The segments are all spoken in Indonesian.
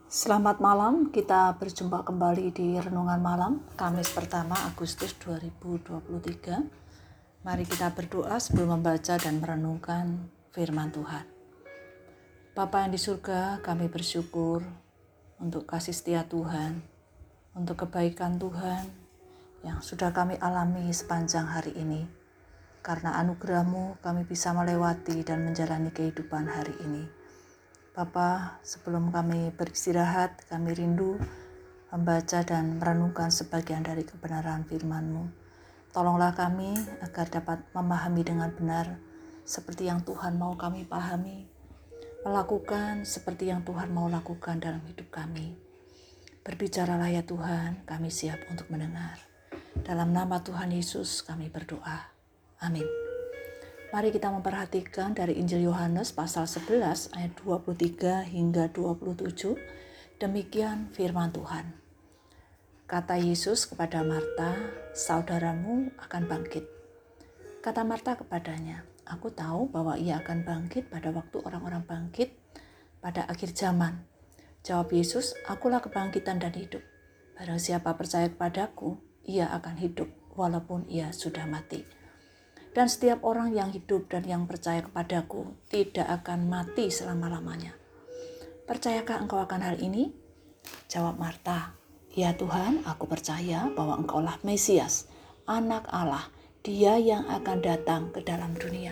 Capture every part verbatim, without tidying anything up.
Selamat malam, kita berjumpa kembali di Renungan Malam, Kamis pertama Agustus dua ribu dua puluh tiga. Mari kita berdoa sebelum membaca dan merenungkan firman Tuhan. Bapa yang di surga, kami bersyukur untuk kasih setia Tuhan, untuk kebaikan Tuhan yang sudah kami alami sepanjang hari ini. Karena anugerah-Mu kami bisa melewati dan menjalani kehidupan hari ini. Bapa, sebelum kami beristirahat, kami rindu membaca dan merenungkan sebagian dari kebenaran firman-Mu. Tolonglah kami agar dapat memahami dengan benar seperti yang Tuhan mau kami pahami, melakukan seperti yang Tuhan mau lakukan dalam hidup kami. Berbicaralah ya Tuhan, kami siap untuk mendengar. Dalam nama Tuhan Yesus kami berdoa. Amin. Mari kita memperhatikan dari Injil Yohanes pasal sebelas ayat dua puluh tiga hingga dua puluh tujuh. Demikian firman Tuhan. Kata Yesus kepada Marta, "Saudaramu akan bangkit." Kata Marta kepadanya, "Aku tahu bahwa ia akan bangkit pada waktu orang-orang bangkit pada akhir zaman." Jawab Yesus, "Akulah kebangkitan dan hidup. Barang siapa percaya kepadaku, ia akan hidup walaupun ia sudah mati. Dan setiap orang yang hidup dan yang percaya kepadaku tidak akan mati selama-lamanya." "Percayakah engkau akan hal ini?" Jawab Marta, "Ya Tuhan, aku percaya bahwa engkaulah Mesias, Anak Allah, Dia yang akan datang ke dalam dunia."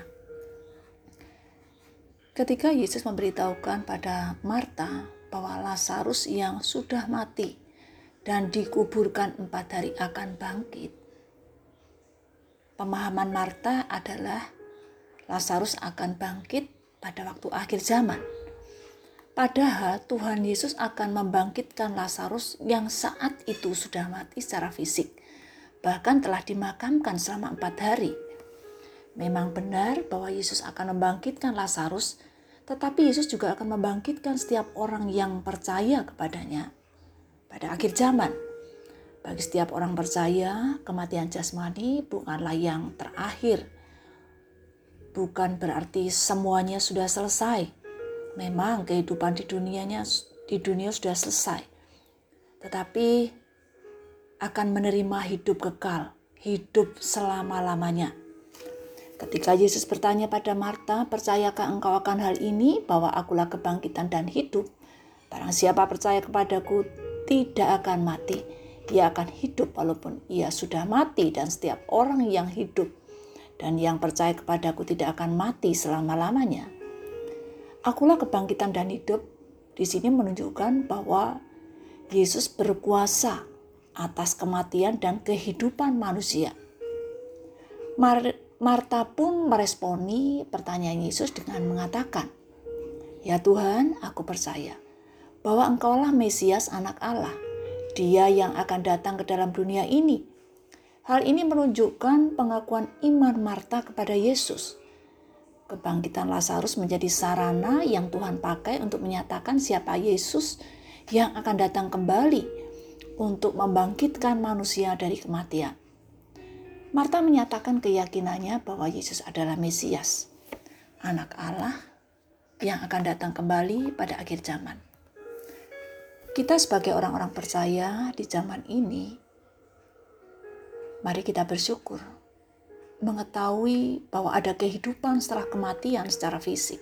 Ketika Yesus memberitahukan pada Marta bahwa Lazarus yang sudah mati dan dikuburkan empat hari akan bangkit, pemahaman Marta adalah Lazarus akan bangkit pada waktu akhir zaman. Padahal Tuhan Yesus akan membangkitkan Lazarus yang saat itu sudah mati secara fisik, bahkan telah dimakamkan selama empat hari. Memang benar bahwa Yesus akan membangkitkan Lazarus, tetapi Yesus juga akan membangkitkan setiap orang yang percaya kepadanya pada akhir zaman. Bagi setiap orang percaya, kematian jasmani bukanlah yang terakhir. Bukan berarti semuanya sudah selesai. Memang kehidupan di dunianya di dunia sudah selesai. Tetapi akan menerima hidup kekal, hidup selama-lamanya. Ketika Yesus bertanya pada Marta, "Percayakah engkau akan hal ini, bahwa akulah kebangkitan dan hidup? Barang siapa percaya kepadaku tidak akan mati. Ia akan hidup walaupun ia sudah mati, dan setiap orang yang hidup dan yang percaya kepadaku tidak akan mati selama-lamanya." Akulah kebangkitan dan hidup di sini menunjukkan bahwa Yesus berkuasa atas kematian dan kehidupan manusia. Mar- Marta pun meresponi pertanyaan Yesus dengan mengatakan, "Ya Tuhan, aku percaya bahwa engkaulah Mesias, Anak Allah, Dia yang akan datang ke dalam dunia ini." Hal ini menunjukkan pengakuan iman Marta kepada Yesus. Kebangkitan Lazarus menjadi sarana yang Tuhan pakai untuk menyatakan siapa Yesus yang akan datang kembali untuk membangkitkan manusia dari kematian. Marta menyatakan keyakinannya bahwa Yesus adalah Mesias, Anak Allah yang akan datang kembali pada akhir zaman. Kita sebagai orang-orang percaya di zaman ini, mari kita bersyukur mengetahui bahwa ada kehidupan setelah kematian secara fisik.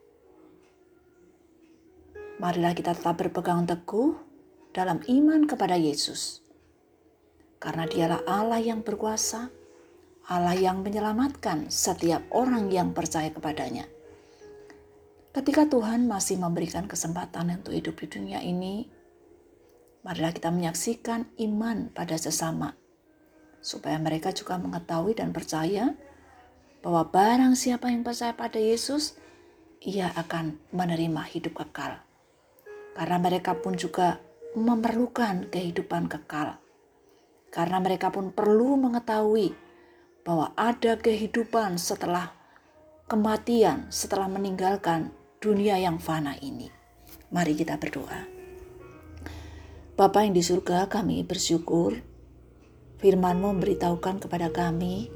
Marilah kita tetap berpegang teguh dalam iman kepada Yesus. Karena Dialah Allah yang berkuasa, Allah yang menyelamatkan setiap orang yang percaya kepadanya. Ketika Tuhan masih memberikan kesempatan untuk hidup di dunia ini, marilah kita menyaksikan iman pada sesama, supaya mereka juga mengetahui dan percaya bahwa barang siapa yang percaya pada Yesus, ia akan menerima hidup kekal. Karena mereka pun juga memerlukan kehidupan kekal. Karena mereka pun perlu mengetahui bahwa ada kehidupan setelah kematian, setelah meninggalkan dunia yang fana ini. Mari kita berdoa. Bapa yang di surga, kami bersyukur firman-Mu memberitahukan kepada kami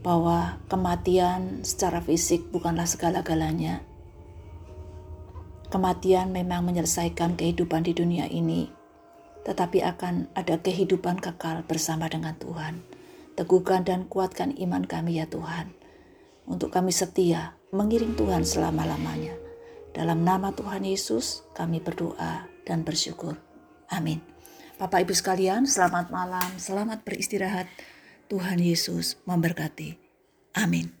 bahwa kematian secara fisik bukanlah segala-galanya. Kematian memang menyelesaikan kehidupan di dunia ini, tetapi akan ada kehidupan kekal bersama dengan Tuhan. Teguhkan dan kuatkan iman kami ya Tuhan, untuk kami setia mengiring Tuhan selama-lamanya. Dalam nama Tuhan Yesus kami berdoa dan bersyukur. Amin. Bapak Ibu sekalian, selamat malam, selamat beristirahat. Tuhan Yesus memberkati. Amin.